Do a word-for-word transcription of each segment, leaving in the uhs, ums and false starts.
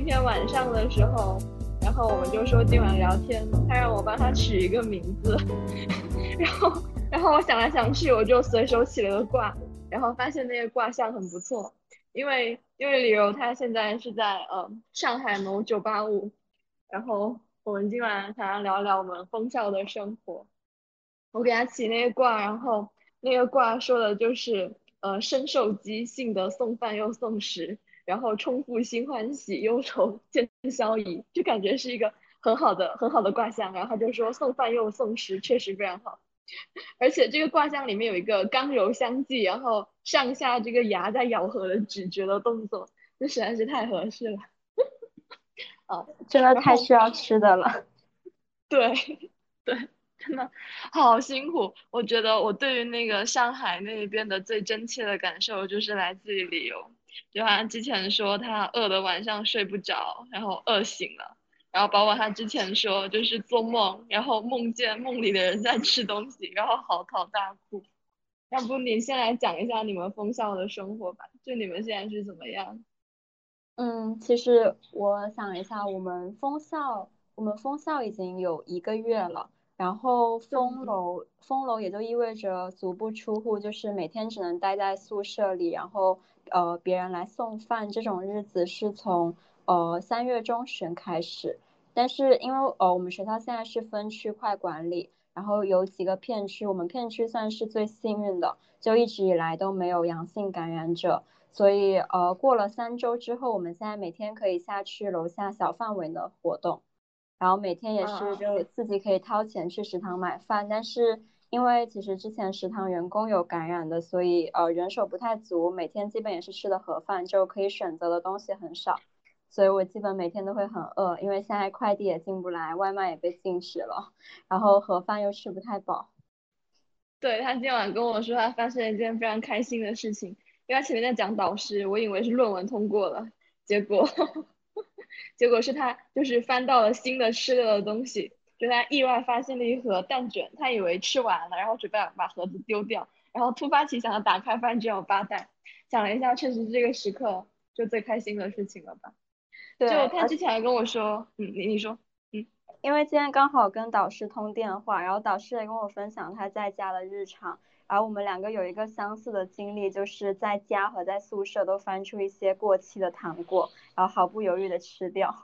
今天晚上的时候，然后我们就说今晚聊天，他让我帮他取一个名字，然后然后我想来想去，我就随手起了个卦，然后发现那个卦象很不错，因为因为李柔她现在是在呃上海某九八五，然后我们今晚想要聊聊我们封校的生活。我给他起那个卦，然后那个卦说的就是呃身受饥，幸得送饭又送食，然后冲腹心欢喜，忧愁渐消夷，就感觉是一个很好的很好的卦象。然后他就说送饭又送食，确实非常好。而且这个卦象里面有一个刚柔相济，然后上下这个牙在咬合的咀嚼的动作，这实在是太合适了啊。 真的然后太需要吃的了。 对对，真的好辛苦。我觉得我对于那个上海那边的最真切的感受就是来自于理由，就他之前说他饿的晚上睡不着，然后饿醒了，然后包括他之前说就是做梦，然后梦见梦里的人在吃东西，然后嚎啕大哭。要不你先来讲一下你们封校的生活吧，就你们现在是怎么样？ 嗯，其实我想一下，我们封校，我们封校已经有一个月了，然后封对， 楼，封楼也就意味着足不出户，就是每天只能待在宿舍里，然后呃别人来送饭这种日子是从呃三月中旬开始，但是因为呃我们学校现在是分区块管理，然后有几个片区，我们片区算是最幸运的，就一直以来都没有阳性感染者。所以呃，过了三周之后，我们现在每天可以下去楼下小范围的活动，然后每天也是啊， 就自己可以掏钱去食堂买饭，但是因为其实之前食堂员工有感染的，所以呃人手不太足，每天基本也是吃的盒饭，就可以选择的东西很少，所以我基本每天都会很饿，因为现在快递也进不来，外卖也被禁止了，然后盒饭又吃不太饱。 对，他今晚跟我说他发生了一件非常开心的事情，因为他前面在讲导师，我以为是论文通过了，结果结果是他就是翻到了新的吃的的东西，就他意外发现了一盒蛋卷，他以为吃完了，然后准备把盒子丢掉，然后突发奇想的打开，发现只有八袋，想了一下，确实是这个时刻就最开心的事情了吧？ 对， 就他而之前还跟我说，嗯，你你说，嗯。 因为今天刚好跟导师通电话，然后导师也跟我分享他在家的日常，然后我们两个有一个相似的经历，就是在家和在宿舍都翻出一些过期的糖果，然后毫不犹豫的吃掉。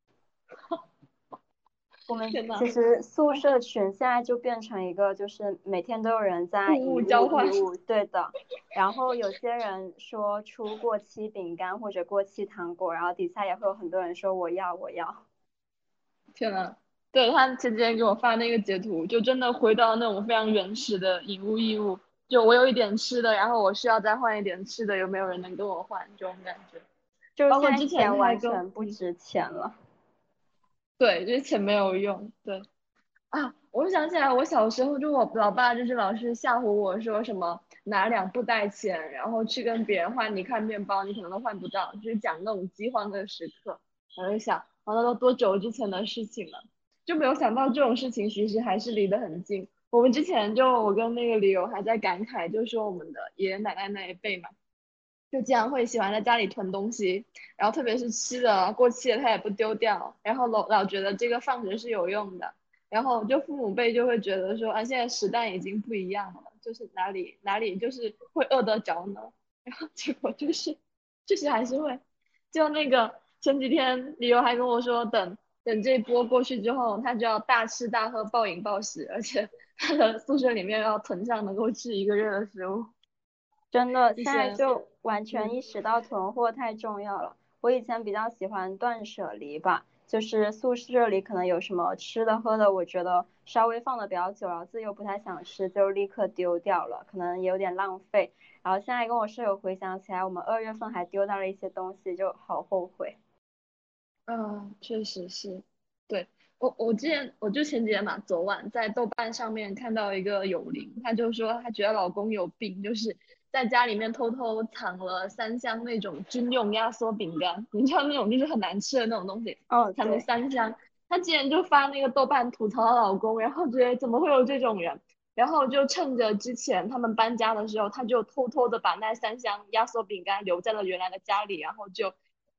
我们天呐， 其实宿啊， 舍群现在就变成一个，就是每天都有人在物物以物交换， 易物，对的。然后有些人说出过期饼干或者过期糖果，然后底下也会有很多人说我要我要。 天呐，对，他前几天给我发那个截图，就真的回到那种非常原始的以物易物。就我有一点吃的，然后我需要再换一点吃的，有没有人能跟我换？这种感觉。 就是包括之前现在钱他还跟， 完全不嗯， 值钱了。 对，就是钱没有用。对啊，我想起来，我小时候就我老爸就是老是吓唬我说什么拿两布袋钱，然后去跟别人换，你看面包你可能都换不到，就是讲那种饥荒的时刻。我就想，完了都多久之前的事情了，就没有想到这种事情其实还是离得很近。我们之前就我跟那个李友还在感慨，就说我们的爷爷奶奶那一辈嘛，就经常会喜欢在家里囤东西，然后特别是吃的过期的他也不丢掉，然后老老觉得这个放着是有用的，然后就父母辈就会觉得说啊，现在时代已经不一样了，就是哪里哪里就是会饿得着呢，然后结果就是就是还是会，就那个前几天理由还跟我说，等等这一波过去之后，他就要大吃大喝暴饮暴食，而且他的宿舍里面要囤上能够吃一个月的食物， 真的，现在这些就完全嗯。 意识到囤货太重要了。我以前比较喜欢断舍离吧，就是宿舍里可能有什么吃的喝的，我觉得稍微放的比较久了，自己又不太想吃，就立刻丢掉了，可能也有点浪费。然后现在跟我舍友回想起来，我们二月份还丢掉了一些东西，就好后悔。 嗯，确实是，对，我我之前我就前几天嘛，昨晚在豆瓣上面看到一个友邻，她就说她觉得老公有病，就是在家里面偷偷藏了三箱那种军用压缩饼干，你知道那种就是很难吃的那种东西， 哦， 藏了对。 三箱。她竟然就发那个豆瓣吐槽她老公，然后觉得怎么会有这种人，然后就趁着之前他们搬家的时候，她就偷偷的把那三箱压缩饼干留在了原来的家里，然后就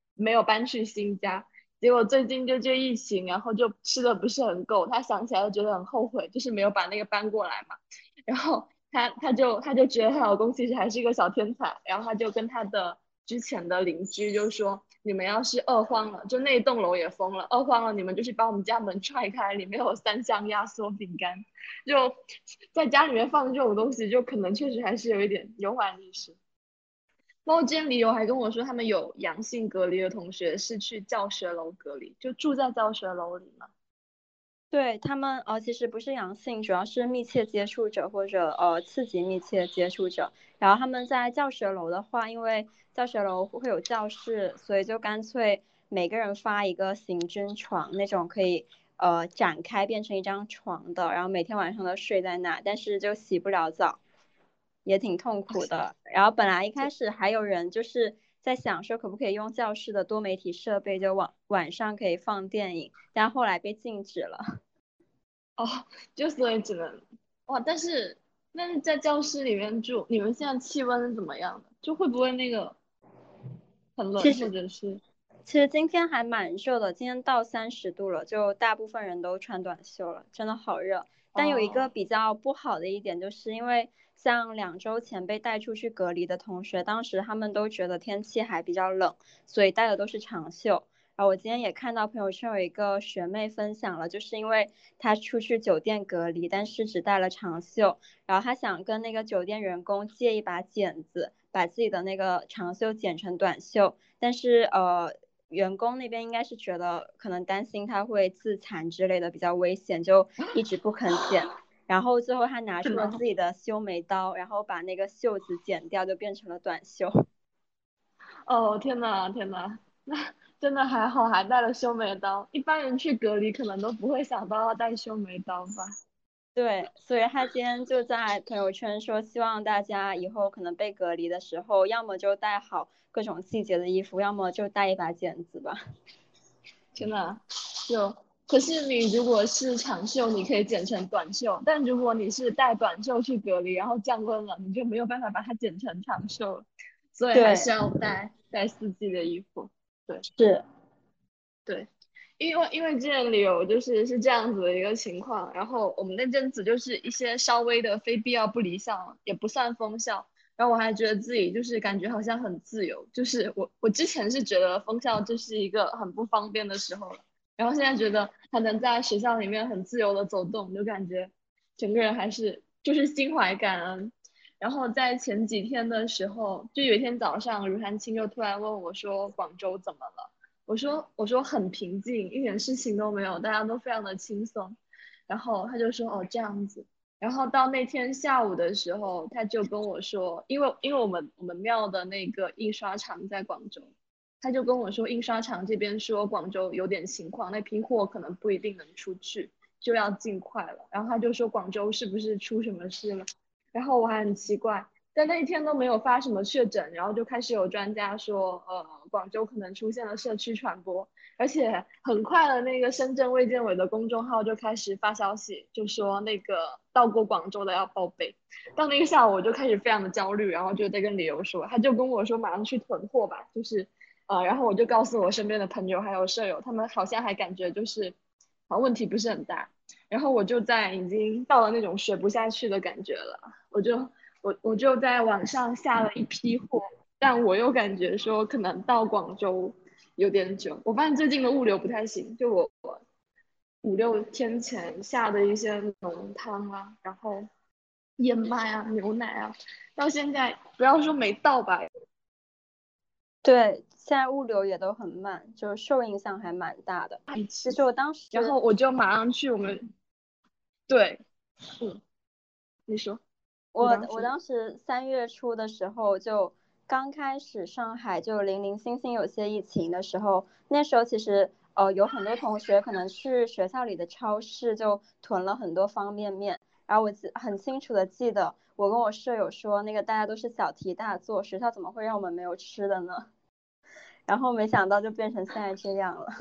没有搬去新家。结果最近就这疫情，然后就吃的不是很够，他想起来就觉得很后悔，就是没有把那个搬过来嘛。然后他他就他就觉得她老公其实还是一个小天才，然后他就跟他的之前的邻居就说，你们要是饿慌了，就那一栋楼也封了，饿慌了你们就去把我们家门踹开，里面有三箱压缩饼干，就在家里面放这种东西，就可能确实还是有一点忧患意识。包括之前李友还跟我说，他们有阳性隔离的同学是去教学楼隔离，就住在教学楼里嘛。 对他们，呃，其实不是阳性，主要是密切接触者或者呃次级密切接触者。然后他们在教学楼的话，因为教学楼会有教室，所以就干脆每个人发一个行军床，那种可以呃展开变成一张床的，然后每天晚上都睡在那，但是就洗不了澡。也挺痛苦的。然后本来一开始还有人就是在想说，可不可以用教室的多媒体设备，就晚晚上可以放电影，但后来被禁止了。 哦，就所以只能哇，但是但是在教室里面住，你们现在气温是怎么样的？就会不会那个很冷，或其实者是其实今天还蛮热的，今天到三十度了，就大部分人都穿短袖了，真的好热。但有一个哦， 比较不好的一点，就是因为像两周前被带出去隔离的同学，当时他们都觉得天气还比较冷，所以带的都是长袖。然后我今天也看到朋友圈有一个学妹分享了，就是因为她出去酒店隔离，但是只带了长袖，然后她想跟那个酒店员工借一把剪子，把自己的那个长袖剪成短袖，但是呃。员工那边应该是觉得可能担心他会自残之类的比较危险，就一直不肯剪。然后最后他拿出了天呐， 自己的修眉刀，然后把那个袖子剪掉，就变成了短袖。 哦天呐天呐，那真的还好，还带了修眉刀。一般人去隔离可能都不会想到要带修眉刀吧？ 对，所以他今天就在朋友圈说，希望大家以后可能被隔离的时候，要么就带好各种季节的衣服，要么就带一把剪子吧。 天呐，就可是你如果是长袖，你可以剪成短袖，但如果你是带短袖去隔离，然后降温了，你就没有办法把它剪成长袖了，所以还对， 是要带带四季的衣服。对是， 对，因为因为之前旅游就是是这样子的一个情况，然后我们那阵子就是一些稍微的非必要不离校，也不算封校，然后我还觉得自己就是感觉好像很自由，就是我我之前是觉得封校就是一个很不方便的时候了，然后现在觉得还能在学校里面很自由的走动，就感觉整个人还是就是心怀感恩。然后在前几天的时候，就有一天早上，如涵青就突然问我说：“广州怎么了？”我说我说很平静，一点事情都没有，大家都非常的轻松。然后他就说哦这样子。然后到那天下午的时候，他就跟我说，因为因为我们我们庙的那个印刷厂在广州，他就跟我说印刷厂这边说广州有点情况，那批货可能不一定能出去，就要尽快了。然后他就说广州是不是出什么事了？然后我还很奇怪，但那一天都没有发什么确诊，然后就开始有专家说，呃，广州可能出现了社区传播，而且很快的那个深圳卫健委的公众号就开始发消息，就说那个到过广州的要报备。到那个下午我就开始非常的焦虑，然后就在跟理由说，他就跟我说马上去囤货吧，就是呃，然后我就告诉我身边的朋友还有舍友，他们好像还感觉就是啊问题不是很大，然后我就在已经到了那种学不下去的感觉了。我就我我就在网上下了一批货，但我又感觉说可能到广州有点久。我发现最近的物流不太行，就我我五六天前下的一些浓汤啊，然后燕麦啊、牛奶啊，到现在不要说没到吧， 对，现在物流也都很慢，就受影响还蛮大的。 一起， 其实我当时然后我就马上去我们对，嗯，你说你我我当时当时三月初的时候，就刚开始上海就零零星星有些疫情的时候，那时候其实呃有很多同学可能去学校里的超市就囤了很多方便面，然后我记很清楚的记得，我跟我舍友说，那个大家都是小题大做，学校怎么会让我们没有吃的呢？然后没想到就变成现在这样了。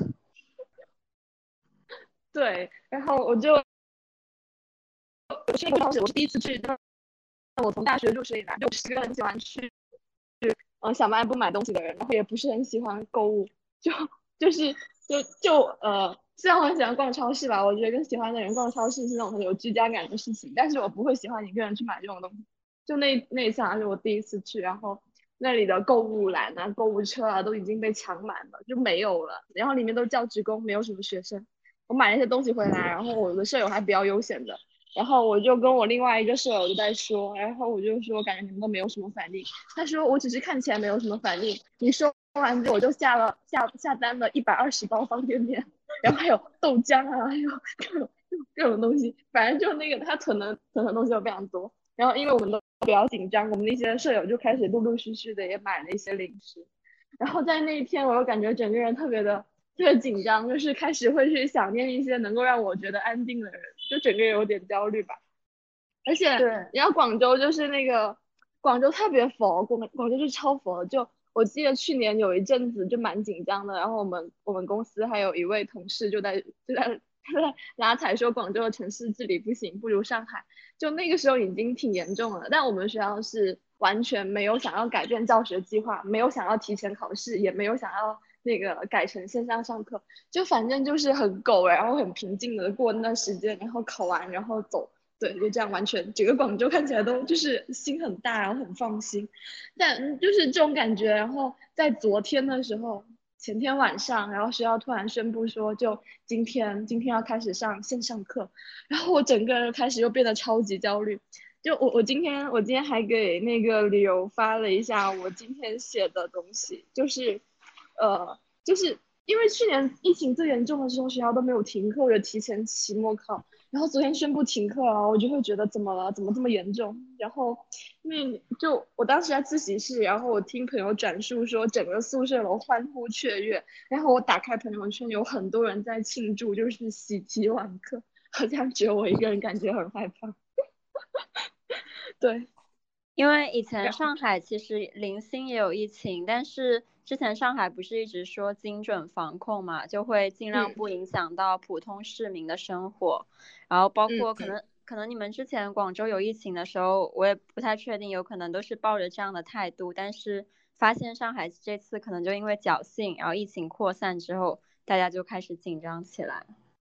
对，然后我就我去那个超市，我是第一次去，但我从大学入学以来，就我是一个很喜欢去呃小卖部买东西的人，然后也不是很喜欢购物， 就就是就就呃，虽然我很喜欢逛超市吧，我觉得跟喜欢的人逛超市是那种很有居家感的事情，但是我不会喜欢一个人去买这种东西。就那那一次好像是我第一次去，然后那里的购物篮啊、购物车啊都已经被抢满了，就没有了，然后里面都是教职工，没有什么学生。我买了一些东西回来，然后我的舍友还比较悠闲的，然后我就跟我另外一个舍友就在说，然后我就说感觉你们都没有什么反应，他说我只是看起来没有什么反应，你说完之后我就下了下下单了一百二十包方便面，然后还有豆浆啊，还有各种各种东西，反正就那个他囤的囤的东西都非常多。然后因为我们都比较紧张，我们那些舍友就开始陆陆续续的也买了一些零食。然后在那一天，我又感觉整个人特别的特别紧张，就是开始会去想念一些能够让我觉得安定的人，就整个人有点焦虑吧。而且对， 你知道广州就是那个广州特别佛，广广州是超佛。就我记得去年有一阵子就蛮紧张的，然后我们我们公司还有一位同事就在就在就在拉踩说广州的城市治理不行，不如上海。就那个时候已经挺严重了，但我们学校是完全没有想要改变教学计划，没有想要提前考试，也没有想要那个改成线上上课，就反正就是很狗，然后很平静的过那段时间，然后考完然后走。对，就这样完全整个广州看起来都就是心很大，然后很放心，但就是这种感觉。然后在昨天的时候，前天晚上，然后学校突然宣布说，就今天今天要开始上线上课，然后我整个人开始又变得超级焦虑。就我我今天我今天还给那个旅游发了一下我今天写的东西，就是呃就是因为去年疫情最严重的时候，学校都没有停课或者提前期末考。然后昨天宣布停课了，我就会觉得怎么了？怎么这么严重？然后因为就我当时在自习室，然后我听朋友转述说整个宿舍楼欢呼雀跃，然后我打开朋友圈，有很多人在庆祝，就是喜提完课，好像只有我一个人感觉很害怕。对， 因为以前然后上海其实零星也有疫情，但是之前上海不是一直说精准防控嘛，就会尽量嗯不影响到普通市民的生活。然后包嗯嗯， 括可能可能你们之前广州有疫情的时候，我也不太确定，有可能都是抱着这样的态度，但是发现上海这次可能就因为侥幸，然后疫情扩散之后，大家就开始紧张起来。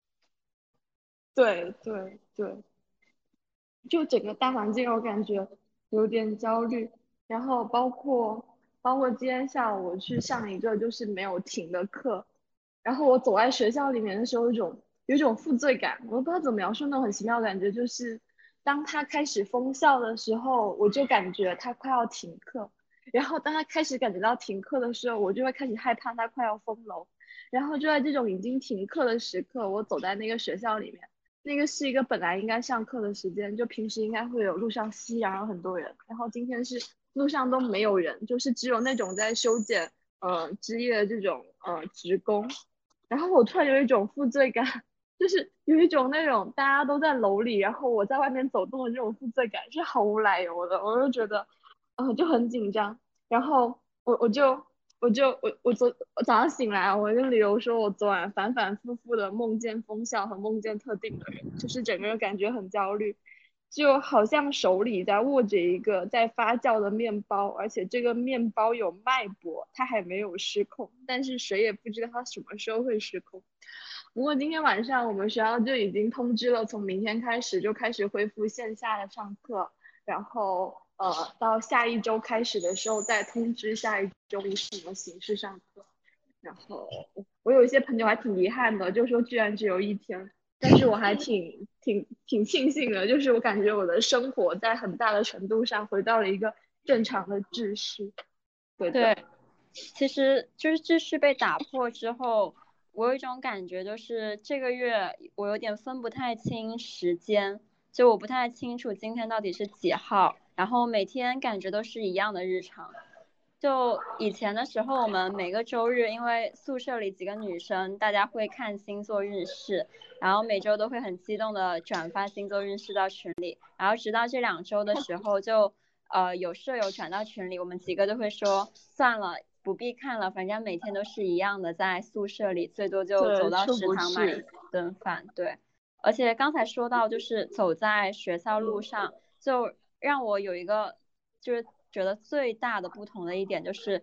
对对对。就整个大环境我感觉有点焦虑，然后包括包括今天下午我去上一个就是没有停的课，然后我走在学校里面的时候，有一种有一种负罪感，我不知道怎么描述那种很奇妙的感觉，就是当他开始封校的时候，我就感觉他快要停课，然后当他开始感觉到停课的时候，我就会开始害怕他快要封楼，然后就在这种已经停课的时刻，我走在那个学校里面。那个是一个本来应该上课的时间，就平时应该会有路上熙攘有很多人，然后今天是路上都没有人，就是只有那种在修剪呃枝叶的这种呃职工，然后我突然有一种负罪感，就是有一种那种大家都在楼里，然后我在外面走动的这种负罪感是毫无来由的，我就觉得呃就很紧张，然后我我就我就我我昨我早上醒来，我跟理由说，我昨晚反反复复的梦见风向和梦见特定的人，就是整个人感觉很焦虑，就好像手里在握着一个在发酵的面包，而且这个面包有脉搏，它还没有失控，但是谁也不知道它什么时候会失控。不过今天晚上我们学校就已经通知了，从明天开始就开始恢复线下的上课，然后呃到下一周开始的时候再通知下一周以什么形式上课。然后我有一些朋友还挺遗憾的，就说居然只有一天，但是我还挺挺挺庆幸的，就是我感觉我的生活在很大的程度上回到了一个正常的秩序。对的。 对，其实就是秩序被打破之后，我有一种感觉，就是这个月我有点分不太清时间，就我不太清楚今天到底是几号，然后每天感觉都是一样的日常。就以前的时候，我们每个周日，因为宿舍里几个女生，大家会看星座运势，然后每周都会很激动的转发星座运势到群里，然后直到这两周的时候就，呃有舍友转到群里，我们几个都会说算了，不必看了，反正每天都是一样的，在宿舍里最多就走对， 到出食堂买一不去。 顿饭，对。而且刚才说到就是走在学校路上，就让我有一个就是觉得最大的不同的一点就是，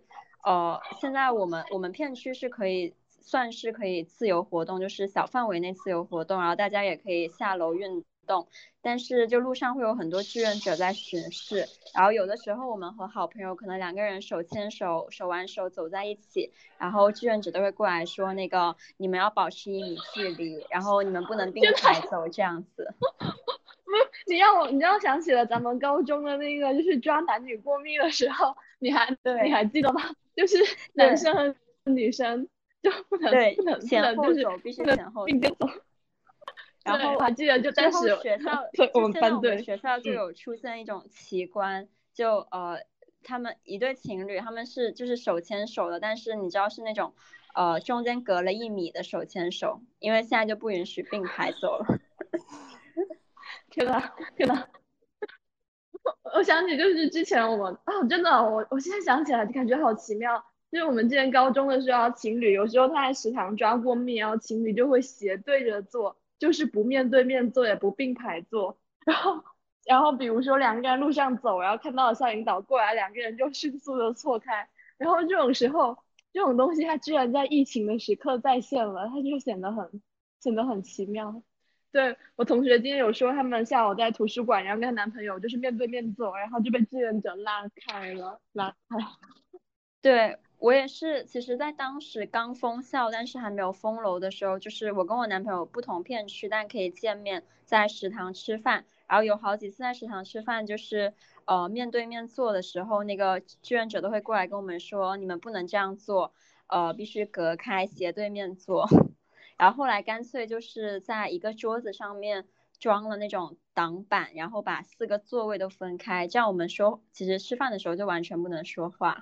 呃，现在我们我们片区是可以算是可以自由活动，就是小范围内自由活动，然后大家也可以下楼运动，但是就路上会有很多志愿者在巡视，然后有的时候我们和好朋友可能两个人手牵手手挽手走在一起，然后志愿者都会过来说那个你们要保持一米距离，然后你们不能并排走这样子。 你让我，你让我想起了咱们高中的那个，就是抓男女过密的时候，你还你对还记得吗？就是男对生和女生就不能不对， 能不前能就是后走必须前后走。 并肩走。对，我然后还记得，就之后当时学校对我们就现在我们班队， 学校就嗯， 有出现一种奇观，就呃他们一对情侣他们是就是手牵手的，但是你知道是那种呃中间隔了一米的手牵手，因为现在就不允许并排走了。 天呐天呐，我想起就是之前我们啊，真的，我我现在想起来感觉好奇妙。就是我们之前高中的时候，情侣有时候他在食堂抓过蜜，然后情侣就会斜对着坐，就是不面对面坐，也不并排坐。然后，然后比如说两个人路上走，然后看到了校领导过来，两个人就迅速的错开。然后这种时候，这种东西它居然在疫情的时刻再现了，它就显得很显得很奇妙。对，我同学今天有说，他们下午在图书馆，然后跟她男朋友就是面对面走，然后就被志愿者拉开了，拉开。 对，我也是，其实在当时刚封校，但是还没有封楼的时候，就是我跟我男朋友不同片区，但可以见面，在食堂吃饭。然后有好几次在食堂吃饭，就是呃面对面坐的时候，那个志愿者都会过来跟我们说，你们不能这样做，呃，必须隔开，斜对面坐。然后后来干脆就是在一个桌子上面装了那种挡板，然后把四个座位都分开，这样我们说，其实吃饭的时候就完全不能说话。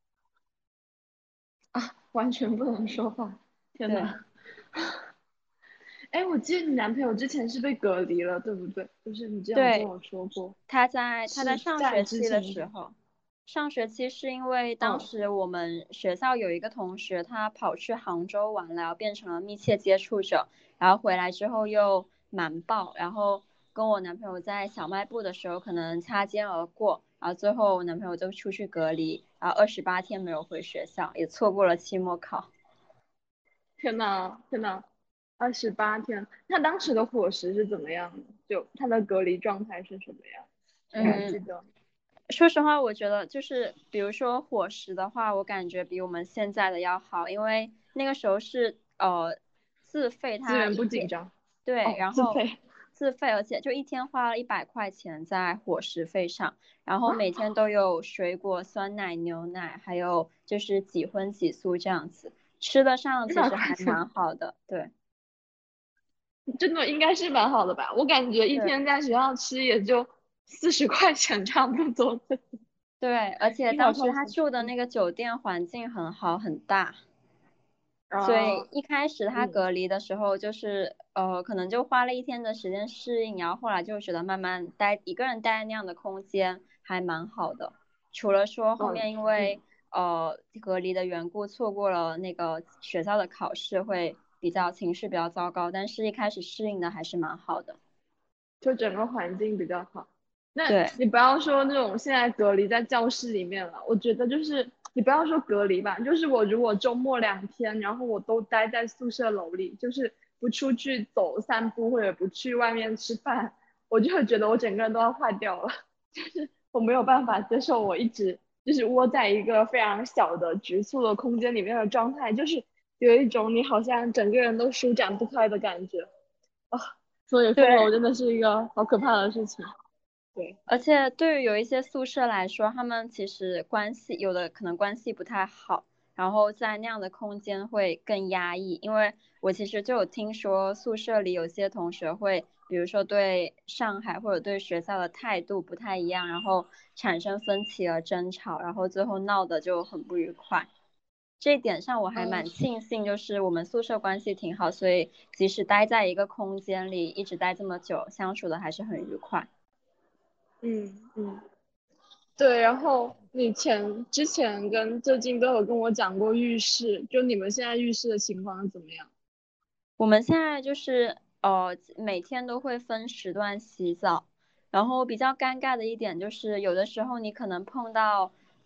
啊，完全不能说话。天对。 呐，哎，我记得你男朋友之前是被隔离了，对不对？就是你之前有跟对， 我说过， 他在他在是在上学期的之前的， 时候，上学期是因为当嗯， 时我们学校有一个同学，他跑去杭州玩了，然后变成了密切接触者，然后回来之后又瞒报，然后跟我男朋友在小卖部的时候可能擦肩而过，然后最后我男朋友就出去隔离，然后二十八天没有回学校，也错过了期末考。 天呐天呐，二十八天，他当时的伙食是怎么样的？就他的隔离状态是什么样？你还记嗯， 得？ 说实话，我觉得就是比如说伙食的话，我感觉比我们现在的要好，因为那个时候是呃自费， 资源他一天不紧张。 对， 哦， 然后自费自费，而且就一天花了一百块钱在伙食费上，然后啊， 每天都有水果、酸奶、牛奶，还有就是几荤几素这样子，吃的上一百其实还块钱， 蛮好的，对真的应该是蛮好的吧？我感觉一对天在学校吃也就四十块钱差不多， 对，而且一百当时块钱， 他住的嗯， 那个酒店环境很好很大。所以啊， 一开始他嗯， 隔离的时候，就是呃，可能就花了一天的时间适应，然后后来就觉得慢慢待一个人待在那样的空间还蛮好的。除了说后嗯， 面因嗯， 为呃隔离的缘故错过了那个学校的考试，会比较情绪比较糟糕，但是一开始适应的还是蛮好的。 就整个环境比较好。那对你不要说那种现在隔离在教室里面了，我觉得就是你不要说隔离吧，就是我如果周末两天，然后我都待在宿舍楼里，就是不出去走散步或者不去外面吃饭，我就会觉得我整个人都要坏掉了，就是我没有办法接受我一直就是窝在一个非常小的局促的空间里面的状态，就是有一种你好像整个人都舒展不开的感觉啊。所以对， 凤楼真的是一个好可怕的事情。对， 而且对于有一些宿舍来说，他们其实关系有的可能关系不太好，然后在那样的空间会更压抑。因为我其实就有听说宿舍里有些同学会，比如说对上海或者对学校的态度不太一样，然后产生分歧而争吵，然后最后闹得就很不愉快。这一点上我还嗯蛮庆幸，就是我们宿舍关系挺好，所以即使待在一个空间里一直待这么久，相处的还是很愉快。 嗯嗯，对。然后你前之前跟最近都有跟我讲过浴室，就你们现在浴室的情况怎么样？ 我们现在就是呃每天都会分时段洗澡，然后比较尴尬的一点就是有的时候你可能碰到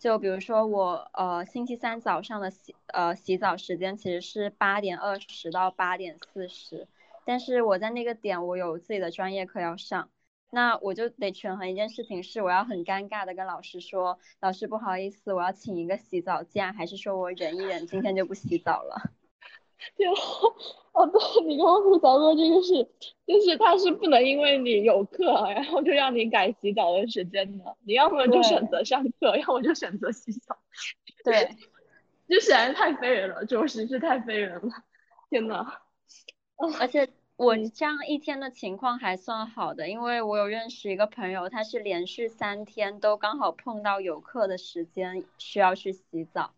就比如说我呃星期三早上的洗呃洗澡时间其实是八点二十到八点四十，但是我在那个点我有自己的专业课要上，那我就得权衡一件事情是我要很尴尬的跟老师说，老师不好意思，我要请一个洗澡假，还是说我忍一忍，今天就不洗澡了。 就哦，对，你跟我吐槽过这个事，就是他是不能因为你有课，然后就让你改洗澡的时间的。你要么就选对择上课，要么就选择洗澡， 对， 就实在是太废人了，着实是太废人了。天呐，啊， 而且我嗯， 这样一天的情况还算好的，因为我有认识一个朋友，他是连续三天都刚好碰到有课的时间需要去洗澡。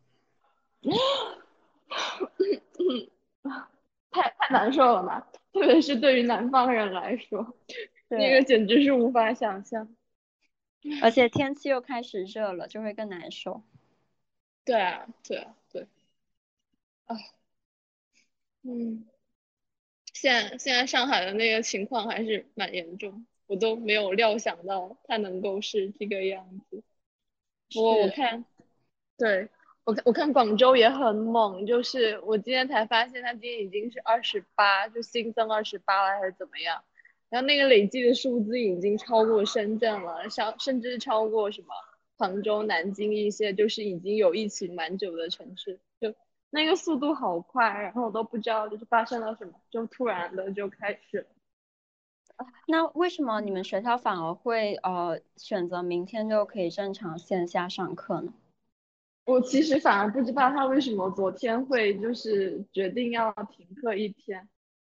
太太难受了嘛，特别是对于南方人来说，那个对， 简直是无法想象。 而且天气又开始热了，就会更难受。 对啊，对啊，对啊，嗯。现在现在上海的那个情况还是蛮严重，我都没有料想到它能够是这个样子。不过我是， 看，对，我看我看广州也很猛，就是我今天才发现它今天已经是二十八，就新增二十八了还是怎么样？然后那个累计的数字已经超过深圳了，甚甚至超过什么杭州、南京一些就是已经有疫情蛮久的城市，就那个速度好快，然后我都不知道就是发生了什么，就突然的就开始了。 那为什么你们学校反而会呃选择明天就可以正常线下上课呢？ 我其实反而不知道他为什么昨天会就是决定要停课一天。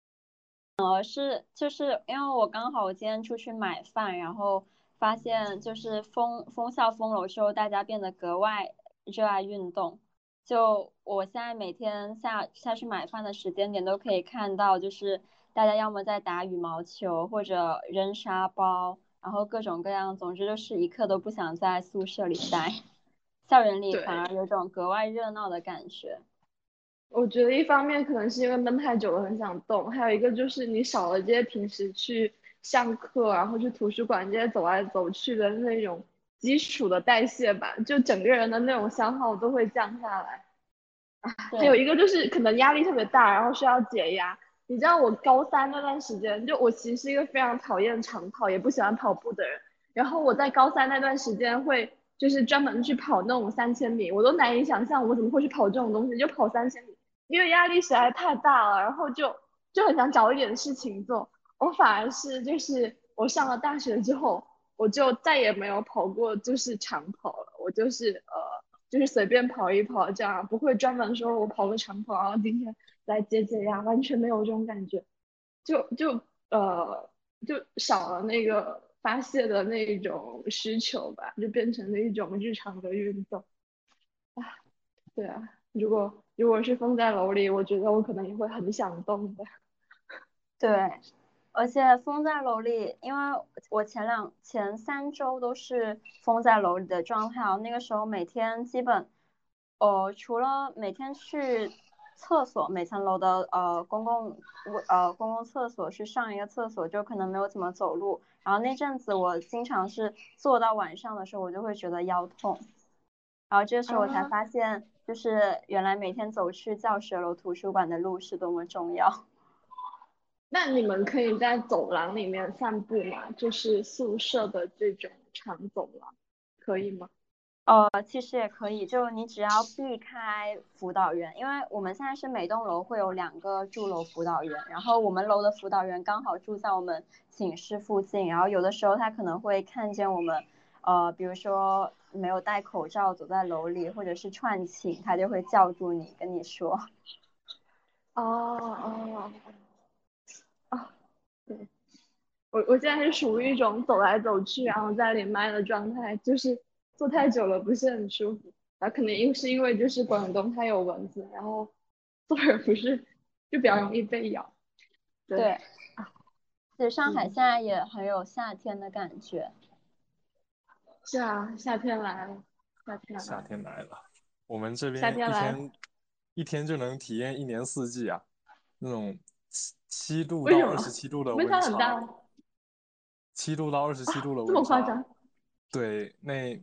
就是因为我刚好我今天出去买饭，然后发现就是封封校封楼之后，大家变得格外热爱运动。就我现在每天下下去买饭的时间点都可以看到，就是大家要么在打羽毛球，或者扔沙包，然后各种各样，总之就是一刻都不想在宿舍里待，校园里反对， 而有种格外热闹的感觉。 我觉得一方面可能是因为闷太久了很想动，还有一个就是你少了这些平时去上课，然后去图书馆这些走来走去的那种基础的代谢吧，就整个人的那种消耗都会降下来。还有对一个就是可能压力特别大，然后需要解压。你知道我高三那段时间，就我其实是一个非常讨厌长跑，也不喜欢跑步的人。然后我在高三那段时间会就是专门去跑那种三千米，我都难以想象我怎么会去跑这种东西，就跑三千米，因为压力实在太大了，然后就就很想找一点事情做。我反而是就是我上了大学之后，我就再也没有跑过就是长跑了，我就是呃。就是随便跑一跑这样，不会专门说我跑个长跑，然后今天来解解压，完全没有这种感觉，就就呃就少了那个发泄的那种需求吧，就变成了一种日常的运动。对啊，如果如果是封在楼里，我觉得我可能也会很想动的。 对，而且封在楼里，因为我前两前三周都是封在楼里的状态啊，那个时候每天基本，呃，除了每天去厕所，每层楼的呃公共卫呃公共厕所去上一个厕所，就可能没有怎么走路。然后那阵子我经常是坐到晚上的时候，我就会觉得腰痛。然后这时候我才啊， 发现，就是原来每天走去教学楼、图书馆的路是多么重要。 那你们可以在走廊里面散步吗？就是宿舍的这种长走廊，可以吗？ 呃，其实也可以，就你只要避开辅导员，因为我们现在是每栋楼会有两个住楼辅导员，然后我们楼的辅导员刚好住在我们寝室附近，然后有的时候他可能会看见我们，呃，比如说没有戴口罩走在楼里，或者是串寝，他就会叫住你，跟你说。 哦哦哦，对。我我现在是属于一种走来走去，然后在连麦的状态，就是坐太久了不是很舒服。然后可能因是因为就是广东它有蚊子，然后坐着不是就比较容易被咬。对对， 啊， 其实上海嗯， 现在也很有夏天的感觉。 是啊，夏天来了，夏天来夏了， 天来了，我们这夏边天来了， 一天一天就能体验一年四季啊，那种七七度到二十为什么？ 七度的温差很大温差，七度到二十七度的这温差， 么夸张？ 对，那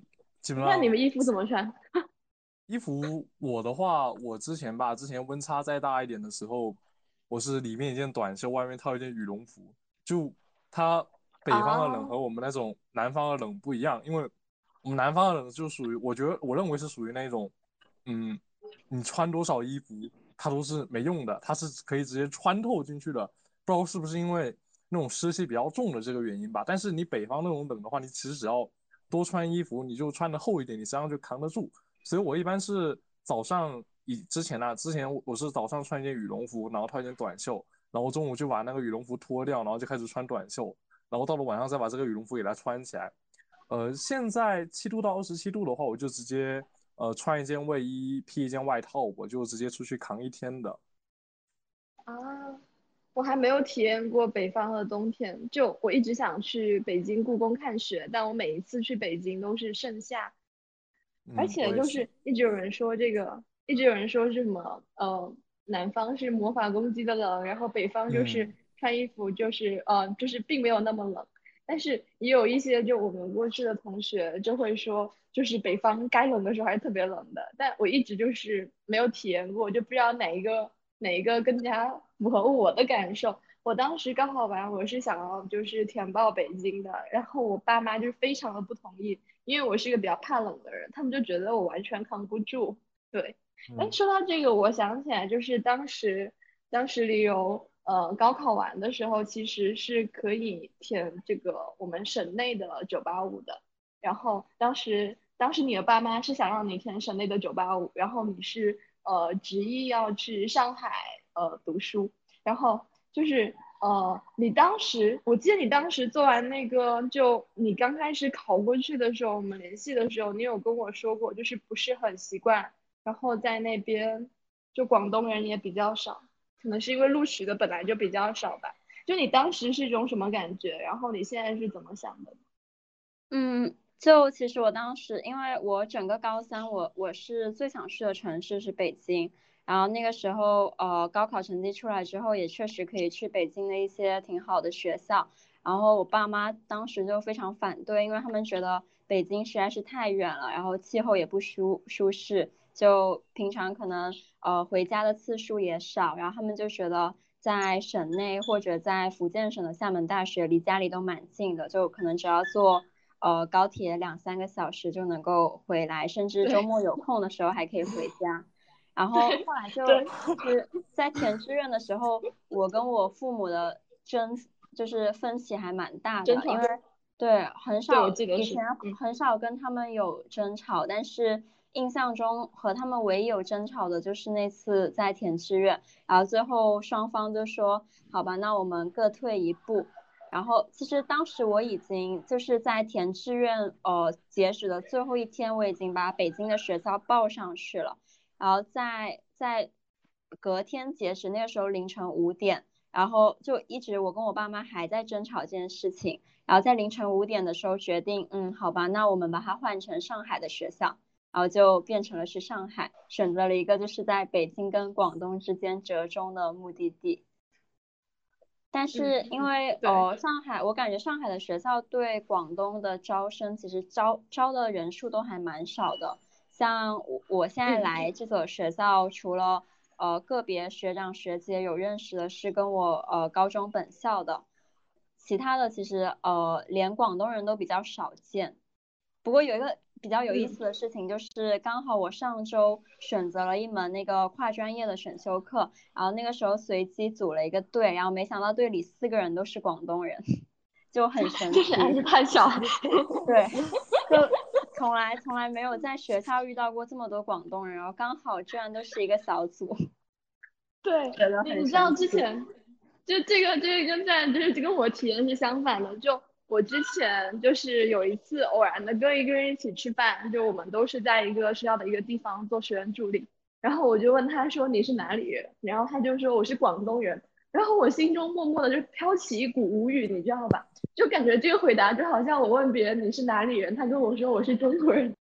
基本上那你们衣服怎么穿？ 衣服我的话，我之前吧，之前温差再大一点的时候，我是里面一件短袖，外面套一件羽绒服。就它北方的冷啊和我们那种南方的冷不一样，因为我们南方的冷就属于，我觉得我认为是属于那种，嗯，你穿多少衣服它都是没用的，它是可以直接穿透进去的。不知道是不是因为那种湿气比较重的这个原因吧。但是你北方那种冷的话，你其实只要多穿衣服，你就穿的厚一点，你身上就扛得住。所以我一般是早上以之前啊，之前我是早上穿一件羽绒服，然后套一件短袖，然后中午就把那个羽绒服脱掉，然后就开始穿短袖，然后到了晚上再把这个羽绒服给它穿起来。呃，现在七度到二十七度的话，我就直接呃穿一件卫衣，披一件外套，我就直接出去扛一天的。 啊，我还没有体验过北方的冬天，就我一直想去北京故宫看雪，但我每一次去北京都是盛夏，而嗯，我也是。 且就是一直有人说这个，一直有人说是什么，呃，南方是魔法攻击的冷，然后北方就是嗯穿衣服就是呃就是并没有那么冷，但是也有一些就我们过去的同学就会说，就是北方该冷的时候还是特别冷的，但我一直就是没有体验过，就不知道哪一个哪一个更加符合我的感受。我当时高考完，我是想要就是填报北京的，然后我爸妈就非常的不同意，因为我是一个比较怕冷的人，他们就觉得我完全扛不住。对，哎， 嗯说到这个，我想起来，就是当时当时理由，呃，高考完的时候其实是可以填这个我们省内的九八五的，然后当时当时你的爸妈是想让你填省内的九八五，然后你是呃执意要去上海呃读书，然后就是呃，你当时，我记得你当时做完那个，就你刚开始考过去的时候，我们联系的时候，你有跟我说过，就是不是很习惯，然后在那边就广东人也比较少，可能是因为录取的本来就比较少吧。就你当时是一种什么感觉？然后你现在是怎么想的？ 嗯，就其实我当时，因为我整个高三我我是最想去的城市是北京，然后那个时候呃高考成绩出来之后，也确实可以去北京的一些挺好的学校，然后我爸妈当时就非常反对，因为他们觉得北京实在是太远了，然后气候也不舒舒适，就平常可能呃回家的次数也少，然后他们就觉得在省内或者在福建省的厦门大学离家里都蛮近的，就可能只要坐呃高铁两三个小时就能够回来，甚至周对末有空的时候还可以回家。然后对后来就对， 其实，在填志愿的时候，我跟我父母的争就是分歧还蛮大的，因为争吵， 对很对我少以前记得是，嗯。 很少跟他们有争吵，但是印象中和他们唯一有争吵的就是那次在填志愿，然后最后双方就说好吧，那我们各退一步。然后其实当时我已经就是在填志愿呃截止的最后一天，我已经把北京的学校报上去了。然后在在隔天截止，那个时候凌晨五点，然后就一直我跟我爸妈还在争吵这件事情，然后在凌晨五点的时候决定，嗯，好吧，那我们把它换成上海的学校，然后就变成了是上海，选择了一个就是在北京跟广东之间折中的目的地。但嗯是因嗯， 为对， 呃上海，我感觉上海的学校对广东的招生其实招招的人数都还蛮少的。像我我现在嗯来这所学校，除了呃个别学长学姐有认识的是跟我呃高中本校的，其他的其实呃连广东人都比较少见。不过有一个比较有意嗯， 思的事情，就是刚好我上周选择了一门那个跨专业的选修课，然后那个时候随机组了一个队，然后没想到队里四个人都是广东人，就很神奇。 就是还是太小， 对，就从来从来没有在学校遇到过这么多广东人，然后刚好居然都是一个小组， 对觉得很你，你知道神奇。 之前就这个这个跟在就是跟我体验是相反的。就我之前就是有一次偶然的跟一个人一起吃饭，就我们都是在一个学校的一个地方做学员助理，然后我就问他说你是哪里人，然后他就说我是广东人，然后我心中默默的就飘起一股无语，你知道吧？就感觉这个回答就好像我问别人你是哪里人，他跟我说我是中国人，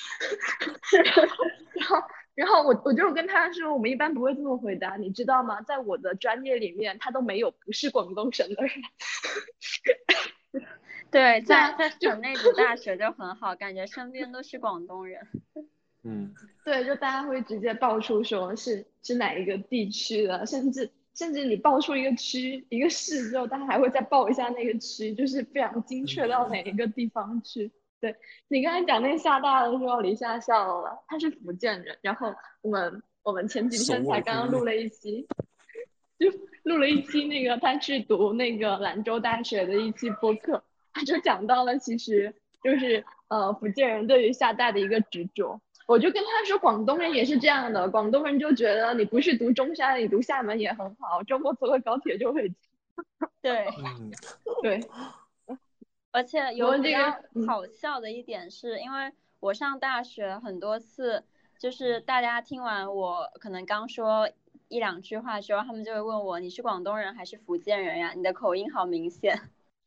然后然后我我就跟他说，我们一般不会这么回答，你知道吗？在我的专业里面，他都没有不是广东省的人。 对， 对啊， 在在就省内读大学就很好，感觉身边都是广东人。 嗯， 对，就大家会直接报出说是是哪一个地区的，甚至甚至你报出一个区一个市之后，大家还会再报一下那个区，就是非常精确到哪一个地方去。对，你刚才讲那个厦大的时候，李夏笑了，他是福建人，然后我们我们前几首天才尾呼应。 刚刚录了一期，就录了一期那个他去读那个兰州大学的一期播客，他就讲到了其实就是呃福建人对于厦大的一个执着。我就跟他说，广东人也是这样的，广东人就觉得你不是读中山，你读厦门也很好，周末坐个高铁就会。 对， 嗯， 对， 而且我们这个有比较嗯好笑的一点是，因为我上大学很多次，就是大家听完我可能刚说一两句话之后，他们就会问我你是广东人还是福建人呀？你的口音好明显。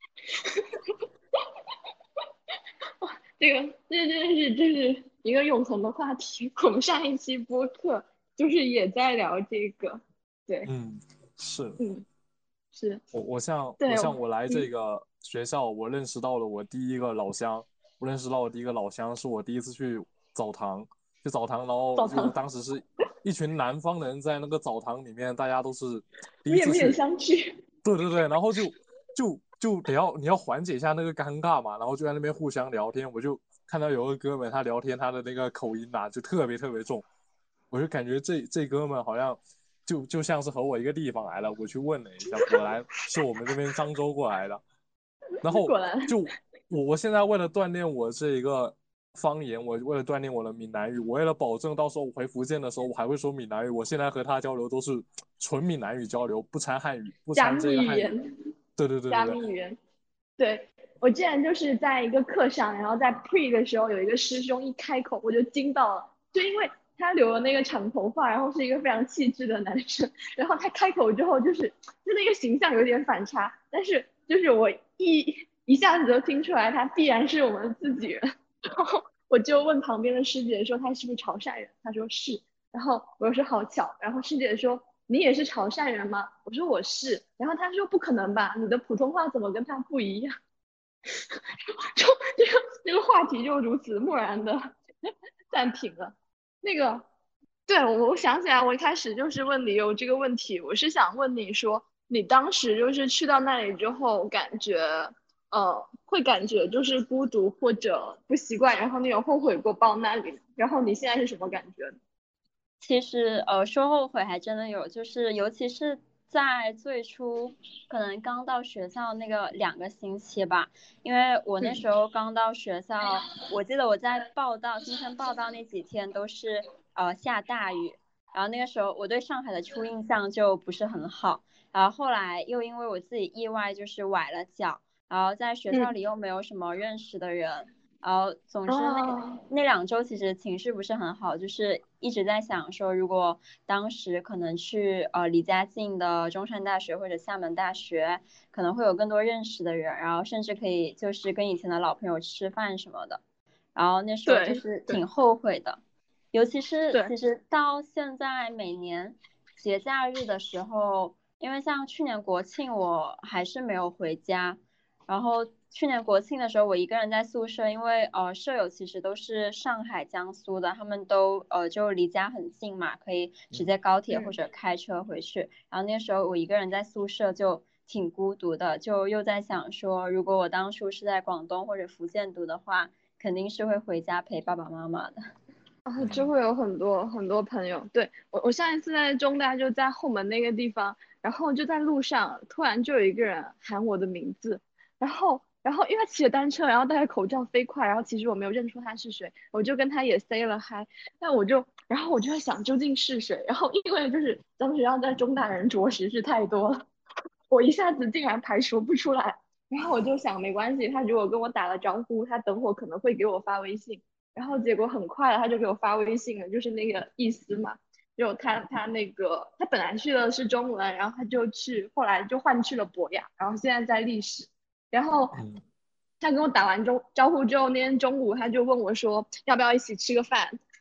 这个这真的是这是一个永恒的话题。我们上一期播客就是也在聊这个，对， 嗯，是。 嗯，是， 我我像我对， 像我来这嗯， 个学校，我认识到了我第一个老乡。我认识到我第一个老乡是我第一次去澡堂，去澡堂，然后就澡堂当时是一群南方人在那个澡堂里面，大家都是第一面面次去。 相觑。 对对对，然后就就就得要你要缓解一下那个尴尬嘛，然后就在那边互相聊天。我就看到有个哥们他聊天，他的那个口音啊就特别特别重，我就感觉这这哥们好像就就像是和我一个地方来了。我去问了一下，果然是我们这边漳州过来的。然后果然， 就我我现在为了锻炼我这一个方言，我为了锻炼我的闽南语，我为了保证到时候我回福建的时候我还会说闽南语，我现在和他交流都是纯闽南语交流，不掺汉语，不掺这加密个汉语。 语言， 对对对对加对。 密语言。对，我之前就是在一个课上，然后在 pre 的时候，有一个师兄一开口，我就惊到了，就因为他留了那个长头发，然后是一个非常气质的男生，然后他开口之后，就是就那个形象有点反差，但是就是我一一下子就听出来他必然是我们自己人，然后我就问旁边的师姐说他是不是潮汕人，他说是，然后我说好巧，然后师姐说你也是潮汕人吗？我说我是，然后他说不可能吧，你的普通话怎么跟他不一样？就这个这个话题就如此漠然的暂停了。那个，对我我想起来，我一开始就是问你有这个问题，我是想问你说，你当时就是去到那里之后，感觉呃会感觉就是孤独或者不习惯，然后你有后悔过报那里，然后你现在是什么感觉？ 其实呃说后悔还真的有，就是尤其是在最初可能刚到学校那个两个星期吧，因为我那时嗯， 候刚到学校，我记得我在报到新生报到那几天都是呃下大雨，然后那个时候我对上海的初印象就不是很好，然后后来又因为我自己意外就是崴了脚，然后在学校嗯， 里又没有什么认识的人。然后总之那哦， 那两周其实情绪不是很好，就是一直在想说，如果当时可能去呃离家近的中山大学或者厦门大学，可能会有更多认识的人，然后甚至可以就是跟以前的老朋友吃饭什么的。然后那时候就对是挺对后悔的，尤其是对， 其实到现在每年节假日的时候，因为像去年国庆我还是没有回家。然后去年国庆的时候，我一个人在宿舍，因为呃舍友其实都是上海、江苏的，他们都呃就离家很近嘛，可以直接高铁或嗯。 者开车回去。然后那时候我一个人在宿舍就挺孤独的，就又在想说，如果我当初是在广东或者福建读的话，肯定是会回家陪爸爸妈妈的。 啊，就嗯会有很多很多朋友。对，我，我上一次在中大就在后门那个地方，然后就在路上，突然就有一个人喊我的名字，然后，然后因为他骑着单车，然后戴着口罩飞快，然后其实我没有认出他是谁，我就跟他也 say 了 hi，但我就，然后我就在想究竟是谁，然后因为就是咱们学校在中大人着实是太多了，我一下子竟然排除不出来，然后我就想没关系，他如果跟我打了招呼，他等会可能会给我发微信。然后结果很快他就给我发微信了，就是那个意思嘛，就他他那个他本来去的是中文，然后他就去后来就换去了博雅，然后现在在历史，然后嗯他跟我打完中招呼之后，那天中午他就问我说要不要一起吃个饭，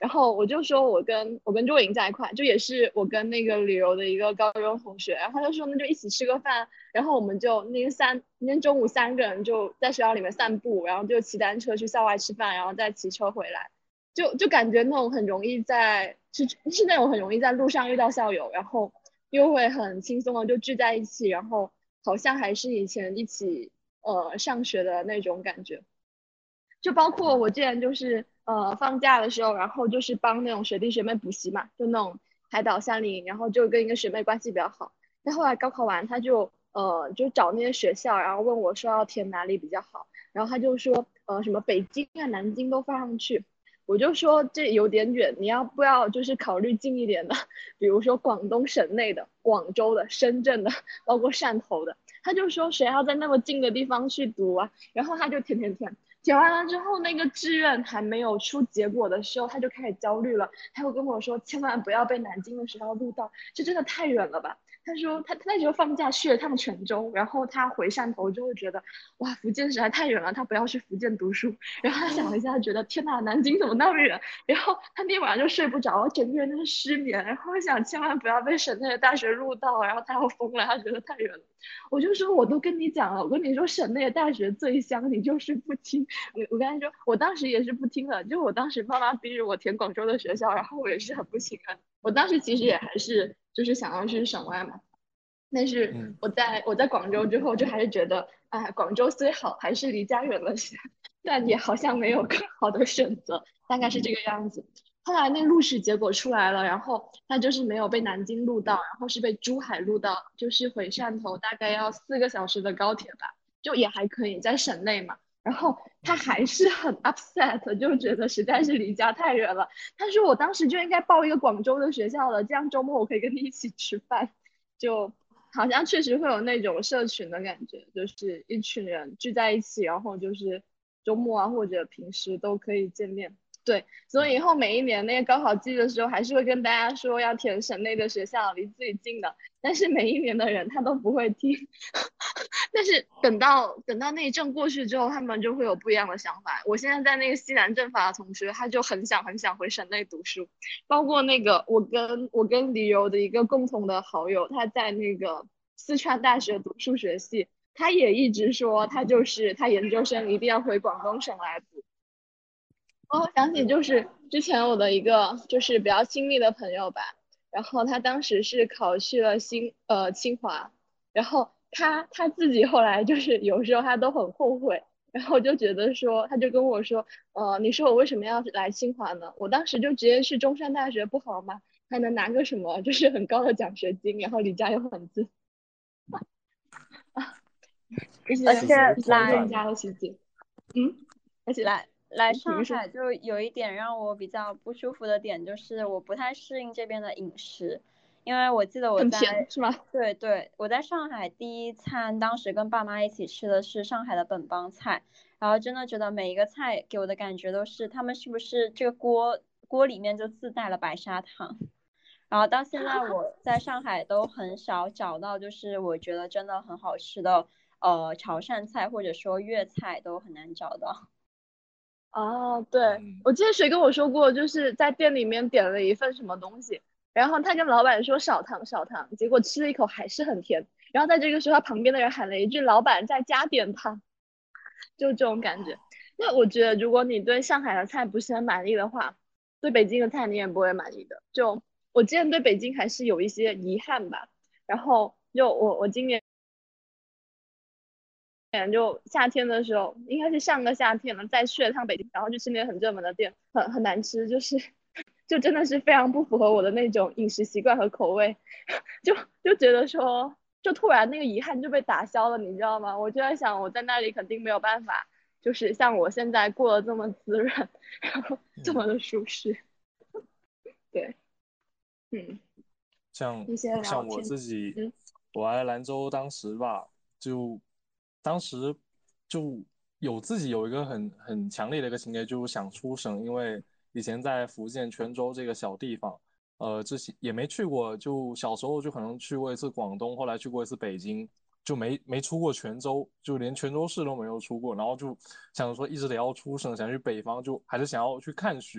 然后我就说我跟我跟若莹在一块，就也是我跟那个旅游的一个高中同学，然后他就说那就一起吃个饭，然后我们就那个三那天中午三个人就在学校里面散步，然后就骑单车去校外吃饭，然后再骑车回来，就就感觉那种很容易在是是那种很容易在路上遇到校友，然后又会很轻松的就聚在一起，然后好像还是以前一起呃上学的那种感觉。就包括我之前就是呃放假的时候，然后就是帮那种学弟学妹补习嘛，就那种海岛夏令营，然后就跟一个学妹关系比较好。但后来高考完，他就呃就找那些学校，然后问我说要填哪里比较好，然后他就说呃什么北京啊、南京都放上去。我就说这有点远，你要不要就是考虑近一点的，比如说广东省内的、广州的、深圳的，包括汕头的。他就说谁要在那么近的地方去读啊？然后他就填填填，填完了之后，那个志愿还没有出结果的时候，他就开始焦虑了。他又跟我说，千万不要被南京的学校录到，这真的太远了吧？他说他他那时候放假去了趟泉州，然后他回汕头就会觉得，哇，福建实在太远了，他不要去福建读书。然后他想了一下，觉得天呐，南京怎么那么远？然后他那天晚上就睡不着，整个人就是失眠。然后想千万不要被省内的大学录到，然后他要疯了，他觉得太远了。我就说我都跟你讲了，我跟你说省内的大学最香，你就是不听。我我跟他说，我当时也是不听的，就我当时爸妈逼着我填广州的学校，然后我也是很不情愿。我当时其实也还是就是想要去省外嘛，但是嗯我在我在广州之后，就还是觉得，哎，广州虽好，还是离家远了些，但也好像没有更好的选择，大概是这个样子。后来那录取结果出来了，然后他就是没有被南京录到，然后是被珠海录到，就是回汕头大概要四个小时的高铁吧，就也还可以在省内嘛。然后他还是很 upset，就觉得实在是离家太远了。他说我当时就应该报一个广州的学校了，这样周末我可以跟你一起吃饭。就好像确实会有那种社群的感觉，就是一群人聚在一起，然后就是周末啊或者平时都可以见面。对，所以以后每一年那个高考季的时候，还是会跟大家说要填省内的学校，离自己近的。但是每一年的人他都不会听，但是等到等到那一阵过去之后，他们就会有不一样的想法。我现在在那个西南政法的同学，他就很想很想回省内读书，包括那个我跟我跟旅游的一个共同的好友，他在那个四川大学读数学系，他也一直说他就是他研究生一定要回广东省来读。哦，想起就是之前我的一个就是比较亲密的朋友吧，然后他当时是考去了新呃清华，然后他他自己后来就是有时候他都很后悔，然后就觉得说他就跟我说，呃，你说我为什么要来清华呢？我当时就直接去中山大学不好吗？还能拿个什么就是很高的奖学金，然后离家又很近啊，这些而且此时这些同感。 恋家的细节，嗯，而且来来你说。 上海就有一点让我比较不舒服的点，就是我不太适应这边的饮食，因为我记得我很甜在， 是吗？ 对对，我在上海第一餐，当时跟爸妈一起吃的是上海的本帮菜，然后真的觉得每一个菜给我的感觉都是他们是不是这个锅锅里面就自带了白砂糖，然后到现在我在上海都很少找到，就是我觉得真的很好吃的，呃，潮汕菜或者说粤菜都很难找到。 哦，对， 嗯， 我记得谁跟我说过，就是在店里面点了一份什么东西，然后他跟老板说少糖少糖，结果吃了一口还是很甜，然后在这个时候，他旁边的人喊了一句“老板再加点糖”，就这种感觉。那我觉得，如果你对上海的菜不是很满意的话，对北京的菜你也不会满意的。就我之前对北京还是有一些遗憾吧，然后就我我今年。就夏天的时候，应该是上个夏天了，再去了趟北京，然后就吃那个很热门的店，很很难吃，就是就真的是非常不符合我的那种饮食习惯和口味，就就觉得说，就突然那个遗憾就被打消了，你知道吗？我就在想，我在那里肯定没有办法，就是像我现在过得这么滋润，然后这么的舒适，对，嗯， 像一些聊像我天， 自己， 嗯我来兰州当时吧，就当时就有自己有一个很很强烈的一个情节，就是想出省，因为以前在福建泉州这个小地方，呃，之前也没去过，就小时候就可能去过一次广东，后来去过一次北京，就没没出过泉州，就连泉州市都没有出过，然后就想说一直得要出省，想去北方，就还是想要去看雪。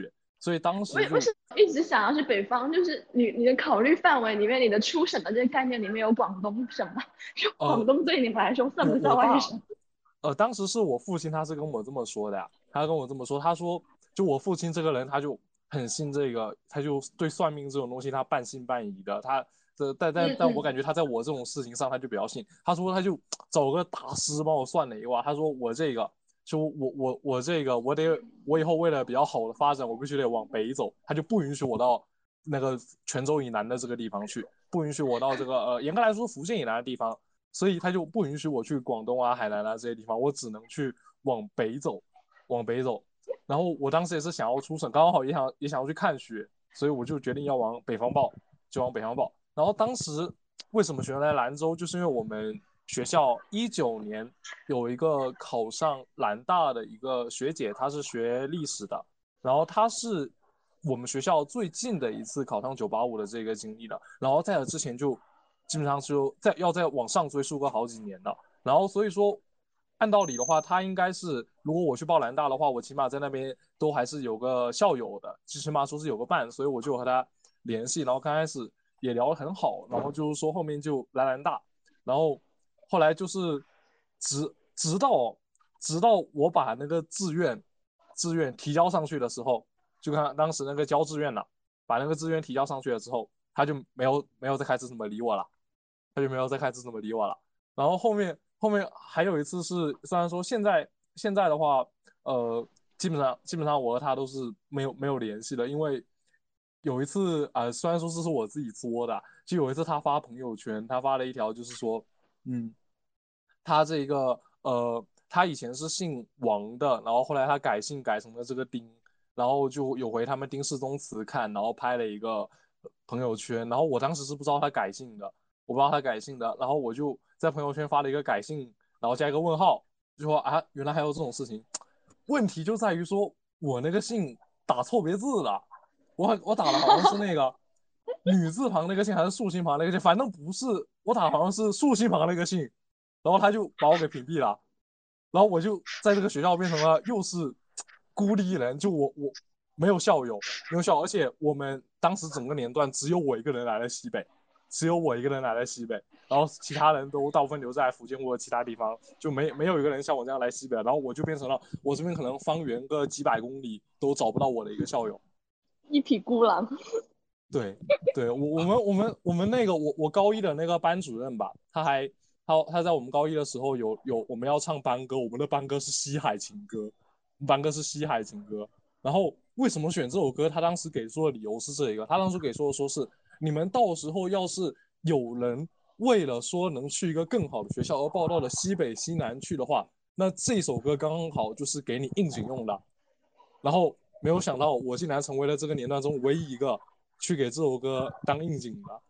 所以当时就为为什么一直想要去北方？就是你你的考虑范围里面，你的出省的这个概念里面有广东省吗？就广呃， 东对你们来说算我不算我爸外省？ 呃，当时是我父亲，他是跟我这么说的呀。他跟我这么说，他说，就我父亲这个人，他就很信这个，他就对算命这种东西，他半信半疑的。他这但但但我嗯嗯， 感觉他在我这种事情上，他就比较信。他说，他就找个大师帮我算了一卦。他说我这个，说我我我这个，我得我以后为了比较好的发展，我必须得往北走。他就不允许我到那个泉州以南的这个地方去，不允许我到这个呃，严格来说福建以南的地方。所以他就不允许我去广东啊、海南啊这些地方，我只能去往北走，往北走。然后我当时也是想要出省，刚好也想也想要去看雪，所以我就决定要往北方报，就往北方报。然后当时为什么选择来兰州，就是因为我们学校一九年有一个考上兰大的一个学姐，她是学历史的，然后她是我们学校最近的一次考上九八五的这个经历的，然后在此之前就基本上就再要再往上追溯个好几年了。然后所以说，按道理的话，他应该是如果我去报兰大的话，我起码在那边都还是有个校友的，最起码说是有个伴，所以我就和他联系，然后刚开始也聊得很好，然后就是说后面就来兰大，然后后来就是直直到直到我把那个志愿志愿提交上去的时候，就看当时那个交志愿了，把那个志愿提交上去了之后，他就没有没有再开始怎么理我了。他就没有再开始怎么理我了。然后后面后面还有一次是，虽然说现在现在的话，呃，基本上基本上我和他都是没有没有联系的，因为有一次呃，虽然说这是我自己作的，就有一次他发朋友圈，他发了一条就是说，嗯，他这个呃，他以前是姓王的，然后后来他改姓改成了这个丁，然后就有回他们丁氏宗祠看，然后拍了一个朋友圈，然后我当时是不知道他改姓的。我不知道他改姓的，然后我就在朋友圈发了一个改姓，然后加一个问号，就说啊，原来还有这种事情。问题就在于说我那个姓打错别字了，我我打的好像是那个女字旁那个姓还是竖心旁那个姓，反正不是，我打的好像是竖心旁那个姓，然后他就把我给屏蔽了，然后我就在这个学校变成了又是孤立人，就我我没有校友，没有校友，而且我们当时整个年段只有我一个人来了西北，只有我一个人来了西北，然后其他人都大部分留在福建或者其他地方，就没没有一个人像我这样来西北，然后我就变成了我这边可能方圆个几百公里都找不到我的一个校友。 一匹孤狼。 对，对我我们我们我们那个我我高一的那个班主任吧，他还他他在我们高一的时候有有我们要唱班歌，我们的班歌是西海情歌，班歌是西海情歌。然后为什么选这首歌？他当时给出的理由是这一个，他当时给出的说是你们到时候要是有人为了说能去一个更好的学校而报到了西北西南去的话，那这首歌刚刚好就是给你应景用的。然后没有想到我竟然成为了这个年段中唯一一个去给这首歌当应景的。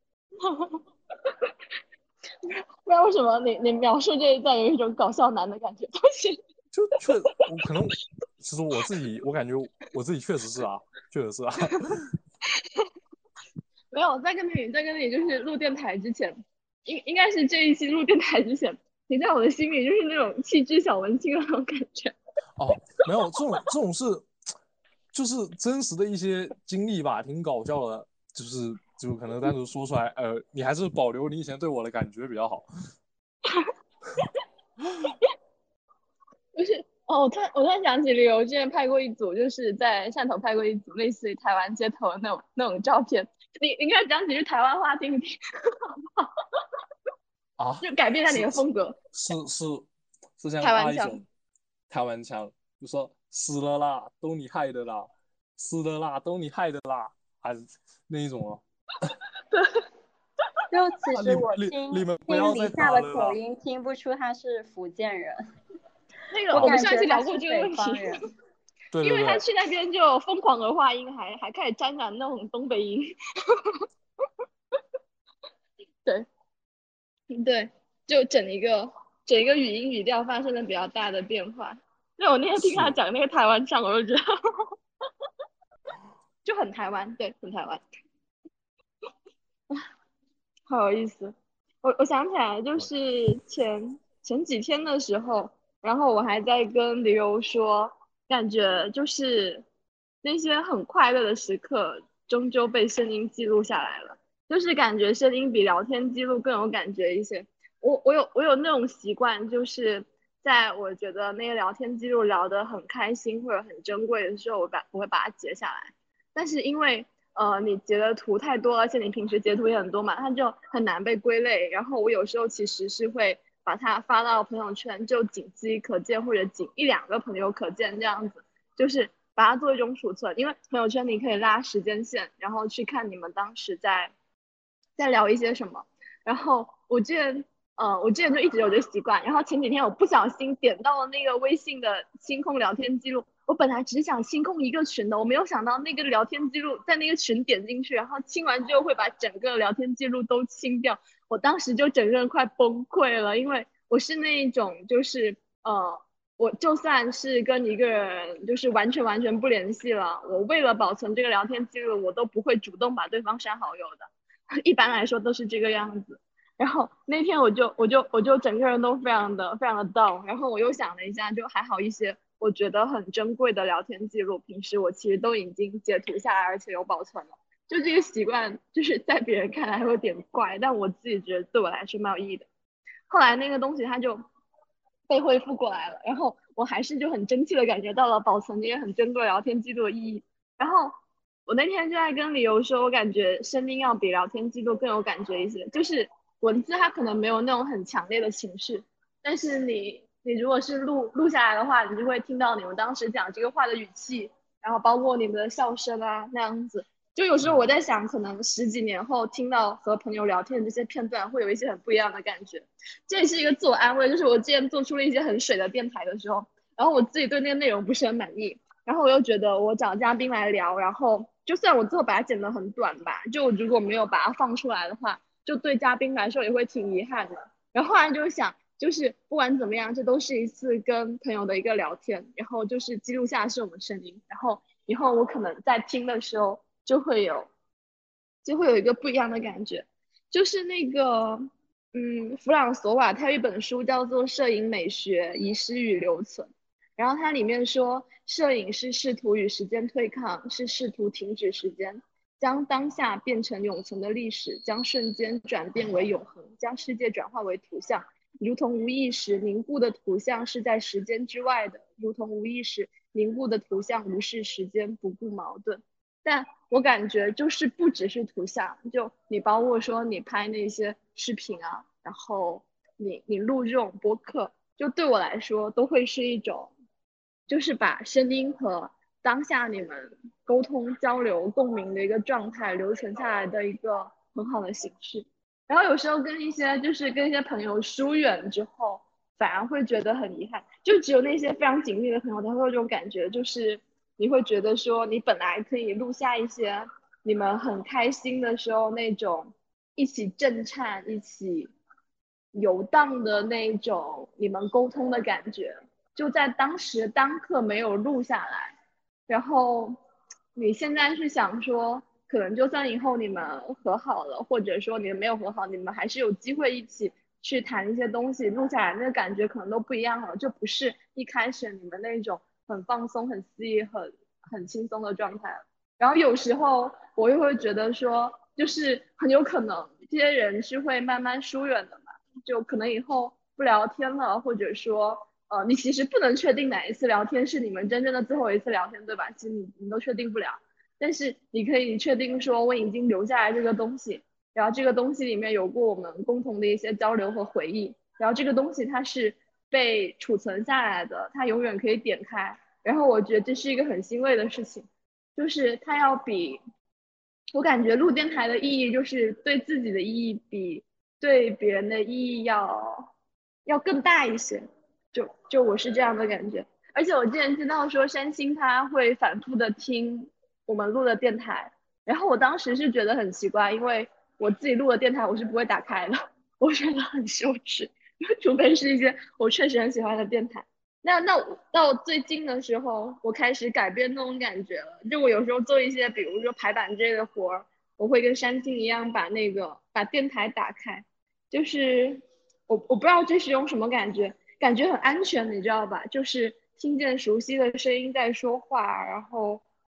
不知道为什么你你描述这一段有一种搞笑男的感觉，不行。 就确我可能其实我自己我感觉我自己确实是啊，确实是啊。 没有，在跟你在跟你就是录电台之前，应应该是这一期录电台之前，你在我的心里就是那种气质小文青的那种感觉。 哦，没有这种这种是就是真实的一些经历吧，挺搞笑的，就是就可能单独说出来，呃，你还是保留你以前对我的感觉比较好。 不是哦，我突然我突然想起旅游之前拍过一组，就是在汕头拍过一组类似于台湾街头的那种那种照片。你你应该讲几句台湾话听一听， 啊， 就改变一下你的是风格。 是是是这样台湾腔。 发一种台湾腔，就说死了啦，都你害的啦，死了啦，都你害的啦，还是那一种哦。 就其啊， 实我你你你听们不听要再李夏的打了啦。 口音，听不出他是福建人， 那个我我们感觉他上一期聊过是北这个问题。 方人。 因为他对对对， 去那边就疯狂的话音，还还开始沾染那种东北音。对对，就整一个整一个语音语调发生了比较大的变化。那我那天听他是讲那个台湾腔，我就觉得就很台湾，对，很台湾，好有意思。我我想起来，就是前前几天的时候，然后我还在跟刘游说，感觉就是那些很快乐的时刻终究被声音记录下来了，就是感觉声音比聊天记录更有感觉一些。我我有我有那种习惯，就是在我觉得那个聊天记录聊得很开心或者很珍贵的时候，我把我会把它截下来。但是因为呃你截的图太多，而且你平时截图也很多嘛，它就很难被归类。然后我有时候其实是会把它发到朋友圈，就仅自己可见或者仅一两个朋友可见这样子，就是把它做一种储存。因为朋友圈你可以拉时间线，然后去看你们当时在在聊一些什么。然后我之前呃，我之前就一直有这个习惯，然后前几天我不小心点到了那个微信的清空聊天记录，我本来只想清空一个群的，我没有想到那个聊天记录在那个群点进去，然后清完之后会把整个聊天记录都清掉，我当时就整个人快崩溃了，因为我是那一种就是呃，我就算是跟一个人就是完全完全不联系了，我为了保存这个聊天记录，我都不会主动把对方删好友的，一般来说都是这个样子。然后那天我就我就我就整个人都非常的非常的 down，然后我又想了一下，就还好一些我觉得很珍贵的聊天记录，平时我其实都已经截图下来，而且有保存了。就这个习惯，就是在别人看来会有点怪，但我自己觉得对我来说蛮有意义的。后来那个东西它就被恢复过来了，然后我还是就很真切的感觉到了保存这些很珍贵聊天记录的意义。然后我那天就在跟理由说，我感觉声音要比聊天记录更有感觉一些，就是文字它可能没有那种很强烈的情绪，但是你你如果是录录下来的话，你就会听到你们当时讲这个话的语气，然后包括你们的笑声啊那样子。就有时候我在想，可能十几年后听到和朋友聊天的这些片段，会有一些很不一样的感觉。这也是一个自我安慰，就是我之前做出了一些很水的电台的时候，然后我自己对那个内容不是很满意，然后我又觉得我找嘉宾来聊，然后就算我最后把它剪得很短吧，就如果没有把它放出来的话，就对嘉宾来说也会挺遗憾的。然后后来就是想，就是不管怎么样，这都是一次跟朋友的一个聊天，然后就是记录下是我们声音，然后以后我可能在听的时候就会有就会有一个不一样的感觉。就是那个嗯，弗朗索瓦他有一本书叫做《摄影美学：遗失与留存》，然后它里面说，摄影是试图与时间对抗，是试图停止时间，将当下变成永存的历史，将瞬间转变为永恒，将世界转化为图像，如同无意识凝固的图像是在时间之外的，如同无意识凝固的图像无视时间，不顾矛盾。但我感觉就是不只是图像，就你包括说你拍那些视频啊，然后你你录这种播客，就对我来说都会是一种，就是把声音和当下你们沟通交流共鸣的一个状态留存下来的一个很好的形式。然后有时候跟一些就是跟一些朋友疏远之后，反而会觉得很遗憾，就只有那些非常紧密的朋友才会有这种感觉，就是你会觉得说你本来可以录下一些你们很开心的时候那种一起震颤一起游荡的那种你们沟通的感觉，就在当时当刻没有录下来。然后你现在是想说可能就算以后你们和好了，或者说你们没有和好，你们还是有机会一起去谈一些东西，录下来那个感觉可能都不一样了，就不是一开始你们那种很放松很肆意很很轻松的状态了。然后有时候我又会觉得说，就是很有可能这些人是会慢慢疏远的嘛，就可能以后不聊天了，或者说呃，你其实不能确定哪一次聊天是你们真正的最后一次聊天，对吧？其实你你都确定不了，但是你可以确定说我已经留下来这个东西，然后这个东西里面有过我们共同的一些交流和回忆，然后这个东西它是被储存下来的，它永远可以点开。然后我觉得这是一个很欣慰的事情，就是它要比我感觉录电台的意义，就是对自己的意义比对别人的意义要要更大一些。就就我是这样的感觉。而且我之前知道说山青他会反复的听我们录的电台，然后我当时是觉得很奇怪，因为我自己录的电台我是不会打开的，我觉得很羞耻，除非是一些我确实很喜欢的电台。那那到最近的时候，我开始改变那种感觉了。就我有时候做一些，比如说排版之类的活儿，我会跟山青一样把那个把电台打开，就是我我不知道这是用什么感觉，感觉很安全，你知道吧？就是听见熟悉的声音在说话，然后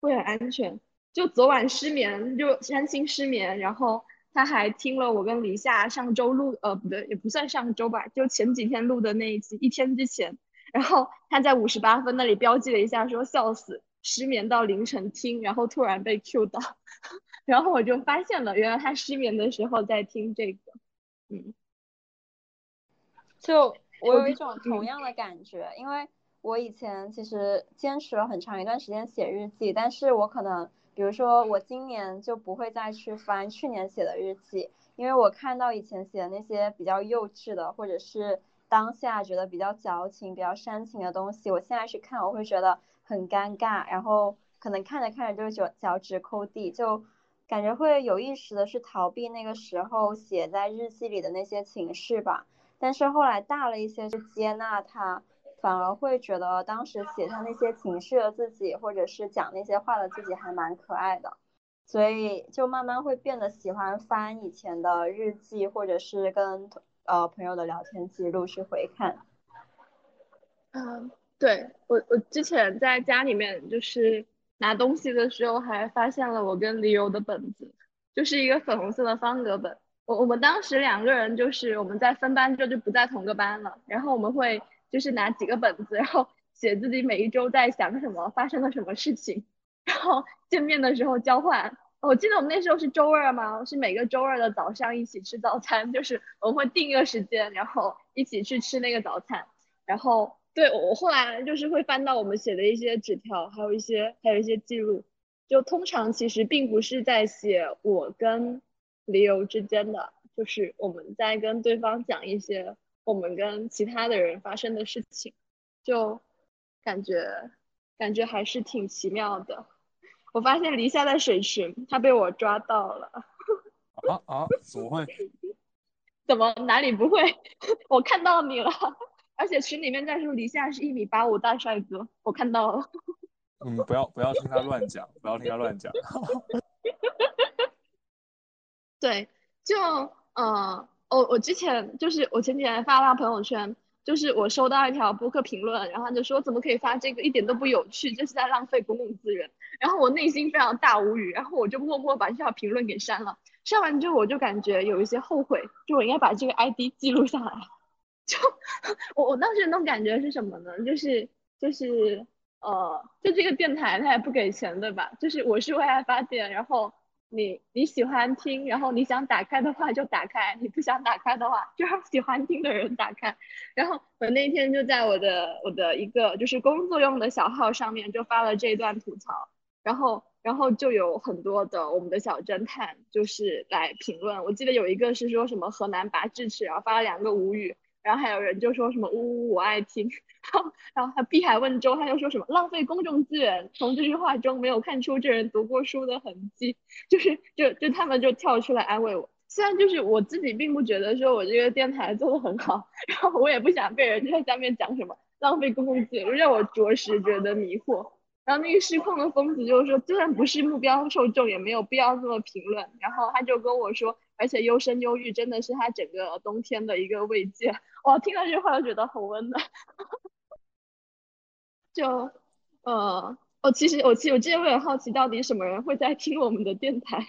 会很安全。就昨晚失眠，就担心失眠，然后他还听了我跟黎夏上周录，呃，不对，也不算上周吧，就前几天录的那一期，一天之前。然后他在五十八分那里标记了一下，说笑死，失眠到凌晨听，然后突然被 Q 到，然后我就发现了，原来他失眠的时候在听这个。嗯， 就我我就有一种同嗯样的感觉，因为我以前其实坚持了很长一段时间写日记，但是我可能，比如说我今年就不会再去翻去年写的日记，因为我看到以前写的那些比较幼稚的，或者是当下觉得比较矫情、比较煽情的东西，我现在去看，我会觉得很尴尬，然后可能看着看着就脚脚趾抠地，就感觉会有意识的去逃避那个时候写在日记里的那些情绪吧。但是后来大了一些，去接纳它，反而会觉得当时写下那些情绪的自己，或者是讲那些话的自己还蛮可爱的，所以就慢慢会变得喜欢翻以前的日记，或者是跟呃朋友的聊天记录去回看。 嗯，对，我我之前在家里面就是拿东西的时候，还发现了我跟李柔的本子，就是一个粉红色的方格本。我我们当时两个人就是我们在分班之后就不在同个班了，然后我们会就是拿几个本子，然后写自己每一周在想什么，发生了什么事情，然后见面的时候交换。我记得我们那时候是周二嘛，是每个周二的早上一起吃早餐，就是我们会定一个时间，然后一起去吃那个早餐。然后对我后来就是会翻到我们写的一些纸条，还有一些还有一些记录，就通常其实并不是在写我跟李友之间的，就是我们在跟对方讲一些我们跟其他的人发生的事情，就感觉感觉还是挺奇妙的。我发现黎夏在水群，他被我抓到了。 啊啊，怎么会？ 怎么哪里不会？我看到你了，而且群里面在说黎夏是一米八五大帅哥，我看到了。 嗯，不要不要听他乱讲，不要听他乱讲。 对，就呃，我我之前就是我前几天发了朋友圈，就是我收到一条播客评论，然后他就说怎么可以发这个，一点都不有趣，这是在浪费公共资源。然后我内心非常大无语，然后我就默默把这条评论给删了。删完之后我就感觉有一些后悔，就我应该把这个 I D 记录下来。就我我当时那种感觉是什么呢？就是就是呃，就这个电台它也不给钱对吧？就是我是为爱发电，然后你你喜欢听，然后你想打开的话就打开，你不想打开的话就让喜欢听的人打开。然后我那天就在我的我的一个就是工作用的小号上面就发了这一段吐槽，然后然后就有很多的我们的小侦探就是来评论。我记得有一个是说什么河南拔智齿，然后发了两个无语。然后还有人就说什么呜呜我爱听，然后然后他碧海问舟，他又说什么浪费公众资源，从这句话中没有看出这人读过书的痕迹，就是就就他们就跳出来安慰我。虽然就是我自己并不觉得说我这个电台做的很好，然后我也不想被人在下面讲什么浪费公共资源，让我着实觉得迷惑。然后那个失控的疯子就是说，就算不是目标受众，也没有必要这么评论。然后他就跟我说，而且优生优育真的是他整个冬天的一个慰藉。哇，听到这句话就觉得很温暖。就呃，哦，其实我其实我之前会很好奇，到底什么人会在听我们的电台？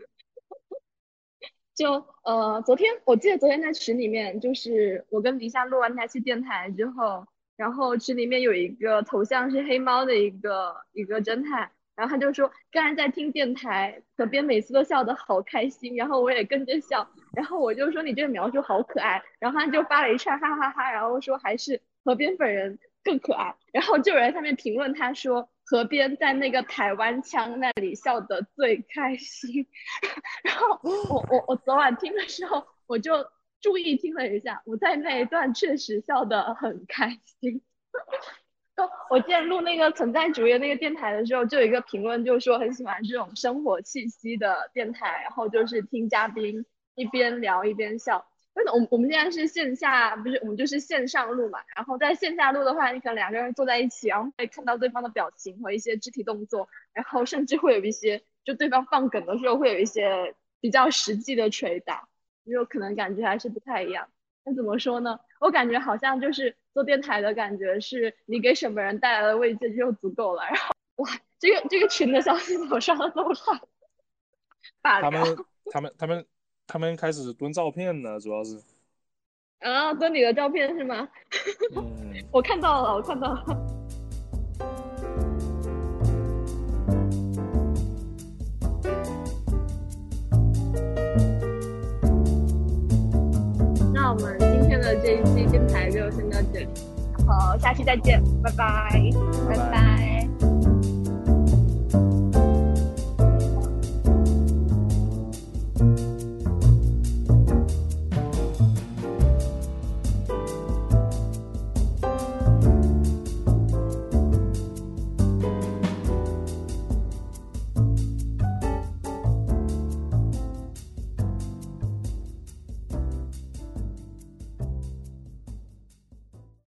就呃，昨天我记得昨天在群里面，就是我跟黎夏录完那期电台之后，然后群里面有一个头像是黑猫的一个一个侦探，然后他就说刚才在听电台，可边每次都笑得好开心，然后我也跟着笑，然后我就说你这个描述好可爱，然后他就发了一串哈哈哈，然后说还是河边本人更可爱，然后就有人在下面评论他说河边在那个台湾腔那里笑得最开心。然后我我我昨晚听的时候，我就注意听了一下，我在那一段确实笑得很开心。就我之前录那个存在主义的那个电台的时候，就有一个评论，就说很喜欢这种生活气息的电台，然后就是听嘉宾一边聊一边笑。但是我们我们现在是线下，不是我们就是线上录嘛。然后在线下录的话，你可能两个人坐在一起，然后会看到对方的表情和一些肢体动作，然后甚至会有一些，就对方放梗的时候会有一些比较实际的捶打，就可能感觉还是不太一样。那怎么说呢？我感觉好像就是做电台的感觉，是你给什么人带来的慰藉就足够了。然后哇， 这个这个群的消息怎么上的这么快？罢他了。 们他们他们他们开始蹲照片了，主要是。 啊，蹲你的照片是吗？ 嗯， 我看到了，我看到了。那我们今天的这一期电台就先到这里，好，下期再见，拜拜， 拜拜。 拜拜。